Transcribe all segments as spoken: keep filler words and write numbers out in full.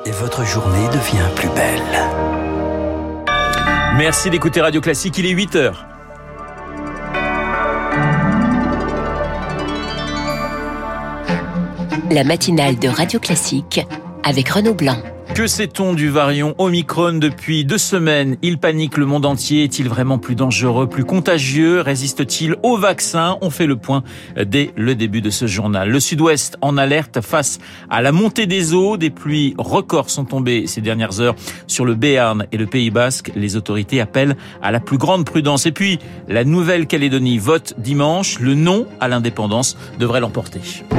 et votre journée devient plus belle. Merci d'écouter Radio Classique, il est huit heures. La matinale de Radio Classique avec Renaud Blanc. Que sait-on du variant Omicron depuis deux semaines? Il panique le monde entier. Est-il vraiment plus dangereux, plus contagieux? Résiste-t-il au vaccin? On fait le point dès le début de ce journal. Le Sud-Ouest en alerte face à la montée des eaux. Des pluies records sont tombées ces dernières heures sur le Béarn et le Pays Basque. Les autorités appellent à la plus grande prudence. Et puis, la Nouvelle-Calédonie vote dimanche. Le non à l'indépendance devrait l'emporter.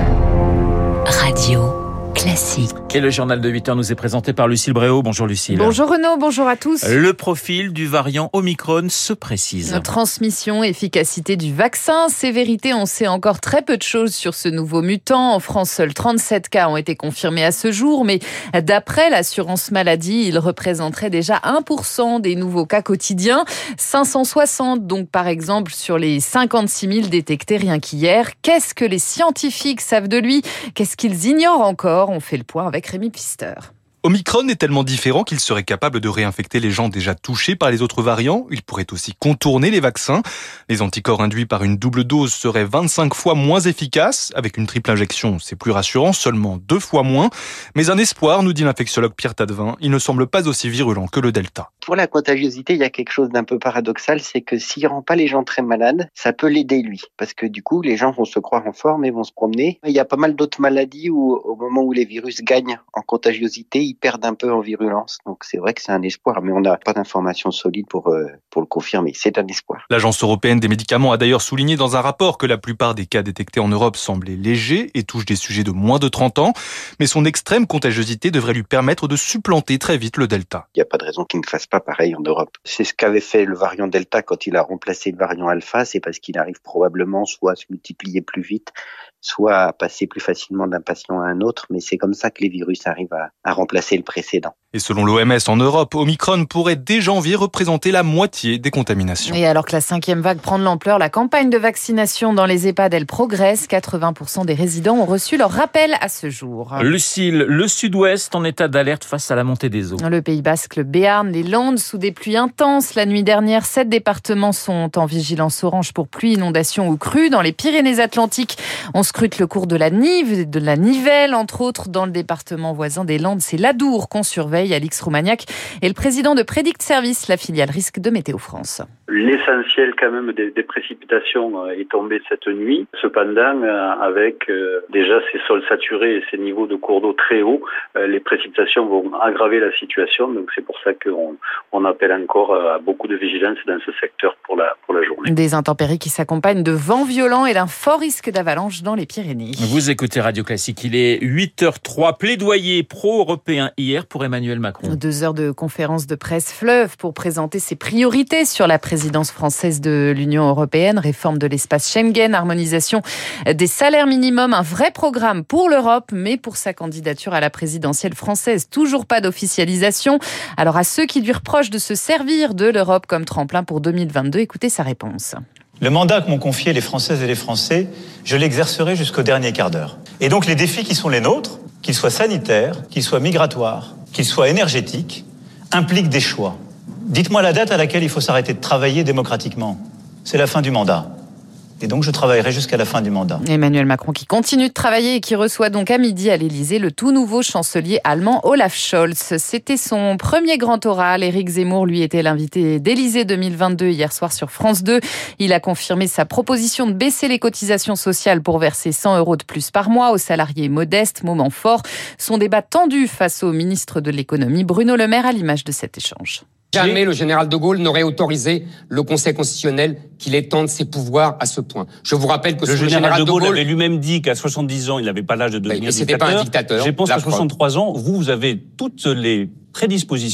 Radio Classique. Et le journal de huit heures nous est présenté par Lucille Bréau. Bonjour Lucille. Bonjour Renaud, bonjour à tous. Le profil du variant Omicron se précise. Transmission, efficacité du vaccin, sévérité, on sait encore très peu de choses sur ce nouveau mutant. En France, seuls trente-sept cas ont été confirmés à ce jour, mais d'après l'assurance maladie, il représenterait déjà un pour cent des nouveaux cas quotidiens. cinq cent soixante donc par exemple sur les cinquante-six mille détectés rien qu'hier. Qu'est-ce que les scientifiques savent de lui? Qu'est-ce qu'ils ignorent encore? On fait le point avec Rémi Pfister. Omicron est tellement différent qu'il serait capable de réinfecter les gens déjà touchés par les autres variants. Il pourrait aussi contourner les vaccins. Les anticorps induits par une double dose seraient vingt-cinq fois moins efficaces. Avec une triple injection, c'est plus rassurant, seulement deux fois moins. Mais un espoir, nous dit l'infectiologue Pierre Tadevin, il ne semble pas aussi virulent que le Delta. Pour la contagiosité, il y a quelque chose d'un peu paradoxal, c'est que s'il rend pas les gens très malades, ça peut l'aider lui. Parce que du coup, les gens vont se croire en forme et vont se promener. Il y a pas mal d'autres maladies où, au moment où les virus gagnent en contagiosité, ils perdent un peu en virulence. Donc c'est vrai que c'est un espoir, mais on n'a pas d'informations solides pour, euh, pour le confirmer. C'est un espoir. L'Agence européenne des médicaments a d'ailleurs souligné dans un rapport que la plupart des cas détectés en Europe semblaient légers et touchent des sujets de moins de trente ans. Mais son extrême contagiosité devrait lui permettre de supplanter très vite le Delta. Il n'y a pas de raison qu'il ne fasse pas pareil en Europe. C'est ce qu'avait fait le variant Delta quand il a remplacé le variant Alpha. C'est parce qu'il arrive probablement soit à se multiplier plus vite, soit à passer plus facilement d'un patient à un autre. Mais c'est comme ça que les virus arrivent à, à remplacer le précédent. Et selon l'O M S en Europe, Omicron pourrait dès janvier représenter la moitié des contaminations. Et alors que la cinquième vague prend de l'ampleur, la campagne de vaccination dans les EHPAD, elle progresse. quatre-vingts pour cent des résidents ont reçu leur rappel à ce jour. Lucille, le Sud-Ouest en état d'alerte face à la montée des eaux. Le Pays Basque, le Béarn, les Landes sous des pluies intenses. La nuit dernière, sept départements sont en vigilance orange pour pluie, inondation ou crue. Dans les Pyrénées-Atlantiques, on scrute le cours de la Nive, de la Nivelle, entre autres. Dans le département voisin des Landes, c'est l'Adour qu'on surveille. Alix Roumaniac est le président de Predict Service, la filiale risque de Météo France. L'essentiel quand même des, des précipitations est tombé cette nuit. Cependant, avec déjà ces sols saturés et ces niveaux de cours d'eau très hauts, les précipitations vont aggraver la situation. Donc c'est pour ça qu'on on appelle encore à beaucoup de vigilance dans ce secteur pour la, pour la journée. Des intempéries qui s'accompagnent de vents violents et d'un fort risque d'avalanche dans les Pyrénées. Vous écoutez Radio Classique, il est huit heures trois. Plaidoyer pro-européen hier pour Emmanuel Macron. Deux heures de conférence de presse fleuve pour présenter ses priorités sur la présidence française de l'Union européenne. Réforme de l'espace Schengen, harmonisation des salaires minimums, un vrai programme pour l'Europe, mais pour sa candidature à la présidentielle française, toujours pas d'officialisation. Alors à ceux qui lui reprochent de se servir de l'Europe comme tremplin pour deux mille vingt-deux, écoutez sa réponse. Le mandat que m'ont confié les Françaises et les Français, je l'exercerai jusqu'au dernier quart d'heure. Et donc les défis qui sont les nôtres, qu'ils soient sanitaires, qu'ils soient migratoires, qu'ils soient énergétiques, impliquent des choix. Dites-moi la date à laquelle il faut s'arrêter de travailler démocratiquement. C'est la fin du mandat. Et donc je travaillerai jusqu'à la fin du mandat. Emmanuel Macron qui continue de travailler et qui reçoit donc à midi à l'Élysée le tout nouveau chancelier allemand Olaf Scholz. C'était son premier grand oral. Éric Zemmour, lui, était l'invité d'Élysée deux mille vingt-deux hier soir sur France deux. Il a confirmé sa proposition de baisser les cotisations sociales pour verser cent euros de plus par mois aux salariés modestes. Moment fort. Son débat tendu face au ministre de l'économie Bruno Le Maire à l'image de cet échange. Jamais le général de Gaulle n'aurait autorisé le Conseil constitutionnel qu'il étende ses pouvoirs à ce point. Je vous rappelle que le, le général, général de Gaulle, de Gaulle avait lui-même dit qu'à soixante-dix ans, il n'avait pas l'âge de devenir mais c'était dictateur. Pas un dictateur. Je pense qu'à soixante-trois ans, vous, vous avez toutes les prédispositions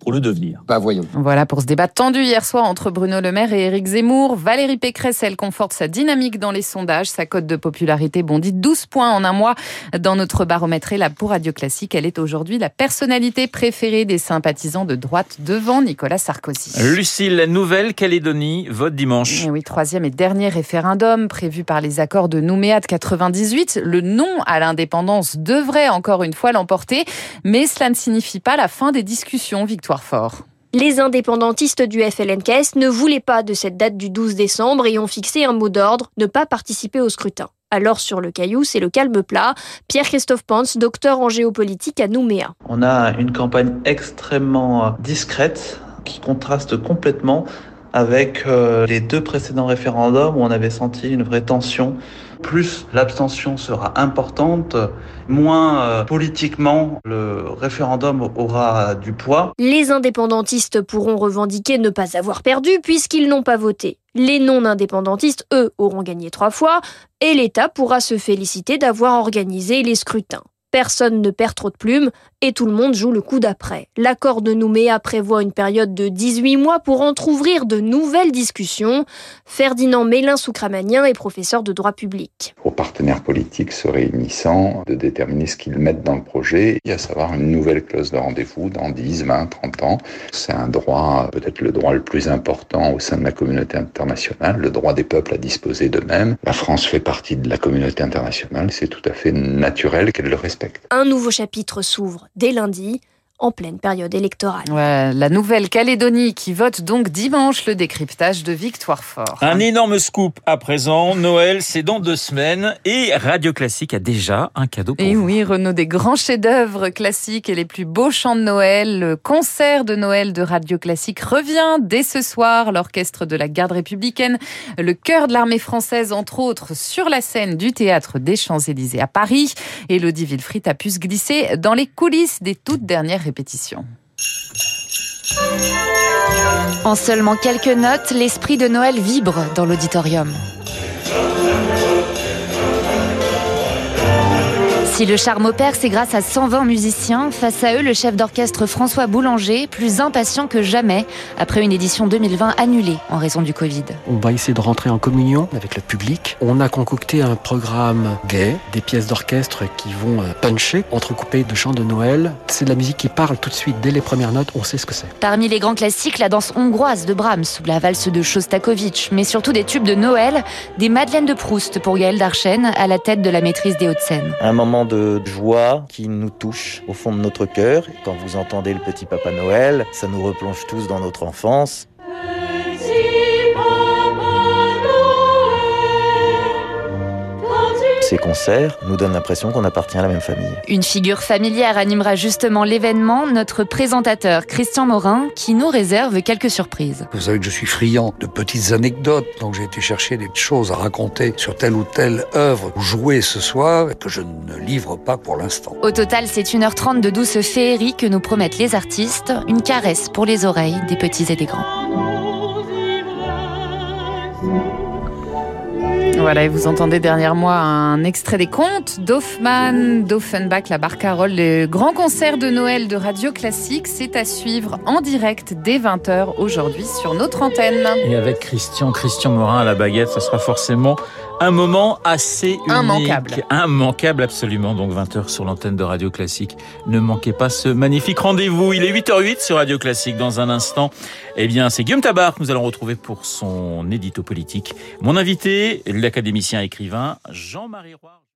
pour le devenir. Bah voyons. Voilà pour ce débat tendu hier soir entre Bruno Le Maire et Éric Zemmour. Valérie Pécresse, elle conforte sa dynamique dans les sondages. Sa cote de popularité bondit douze points en un mois dans notre baromètre. Et là, pour Radio Classique, elle est aujourd'hui la personnalité préférée des sympathisants de droite devant Nicolas Sarkozy. Lucille, la Nouvelle-Calédonie vote dimanche. Et oui, troisième et dernier référendum prévu par les accords de Nouméa de quatre-vingt-dix-huit. Le non à l'indépendance devrait encore une fois l'emporter, mais cela ne signifie pas la fin des discussions. Victoire Fort. Les indépendantistes du F L N K S ne voulaient pas de cette date du douze décembre et ont fixé un mot d'ordre, ne pas participer au scrutin. Alors sur le Caillou, c'est le calme plat. Pierre-Christophe Pantz, docteur en géopolitique à Nouméa. On a une campagne extrêmement discrète qui contraste complètement avec les deux précédents référendums où on avait senti une vraie tension. Plus l'abstention sera importante, moins euh, politiquement le référendum aura du poids. Les indépendantistes pourront revendiquer ne pas avoir perdu puisqu'ils n'ont pas voté. Les non-indépendantistes, eux, auront gagné trois fois et l'État pourra se féliciter d'avoir organisé les scrutins. Personne ne perd trop de plumes et tout le monde joue le coup d'après. L'accord de Nouméa prévoit une période de dix-huit mois pour entrouvrir de nouvelles discussions. Ferdinand Mélin-Soukramanien est professeur de droit public. Aux partenaires politiques se réunissant, de déterminer ce qu'ils mettent dans le projet, et à savoir une nouvelle clause de rendez-vous dans dix, vingt, trente ans. C'est un droit, peut-être le droit le plus important au sein de la communauté internationale, le droit des peuples à disposer d'eux-mêmes. La France fait partie de la communauté internationale, c'est tout à fait naturel qu'elle le respecte. Un nouveau chapitre s'ouvre dès lundi, en pleine période électorale. Ouais, la Nouvelle-Calédonie qui vote donc dimanche, le décryptage de Victoire Fort. Un énorme scoop à présent. Noël, c'est dans deux semaines et Radio Classique a déjà un cadeau pour et vous. Et oui, Renaud, des grands chefs-d'œuvre classiques et les plus beaux chants de Noël. Le concert de Noël de Radio Classique revient dès ce soir. L'orchestre de la Garde républicaine, le chœur de l'armée française, entre autres, sur la scène du théâtre des Champs-Élysées à Paris. Élodie Villefrit a pu se glisser dans les coulisses des toutes dernières répétition. En seulement quelques notes, l'esprit de Noël vibre dans l'auditorium. Si le charme opère, c'est grâce à cent vingt musiciens. Face à eux, le chef d'orchestre François Boulanger, plus impatient que jamais, après une édition deux mille vingt annulée en raison du Covid. On va essayer de rentrer en communion avec le public. On a concocté un programme gai, des pièces d'orchestre qui vont puncher, entrecoupées de chants de Noël. C'est de la musique qui parle tout de suite, dès les premières notes, on sait ce que c'est. Parmi les grands classiques, la danse hongroise de Brahms ou la valse de Shostakovich, mais surtout des tubes de Noël, des Madeleines de Proust pour Gaël Darchen, à la tête de la maîtrise des Hauts-de-Seine. Un moment de joie qui nous touche au fond de notre cœur. Quand vous entendez le petit Papa Noël, ça nous replonge tous dans notre enfance. Ces concerts nous donnent l'impression qu'on appartient à la même famille. Une figure familière animera justement l'événement, notre présentateur Christian Morin, qui nous réserve quelques surprises. Vous savez que je suis friand de petites anecdotes, donc j'ai été chercher des choses à raconter sur telle ou telle œuvre jouée ce soir, que je ne livre pas pour l'instant. Au total, c'est une heure trente de douce féerie que nous promettent les artistes, une caresse pour les oreilles des petits et des grands. Voilà, et vous entendez derrière moi un extrait des contes d'Hoffmann, d'Offenbach, la Barcarolle. Le grand concert de Noël de Radio Classique, c'est à suivre en direct dès vingt heures aujourd'hui sur notre antenne. Et avec Christian, Christian Morin à la baguette, ça sera forcément un moment assez unique. Immanquable. Immanquable, absolument. Donc vingt heures sur l'antenne de Radio Classique. Ne manquez pas ce magnifique rendez-vous. Il est huit heures huit sur Radio Classique. Dans un instant, eh bien, c'est Guillaume Tabar que nous allons retrouver pour son édito politique. Mon invité, l'académicien écrivain Jean-Marie Roy.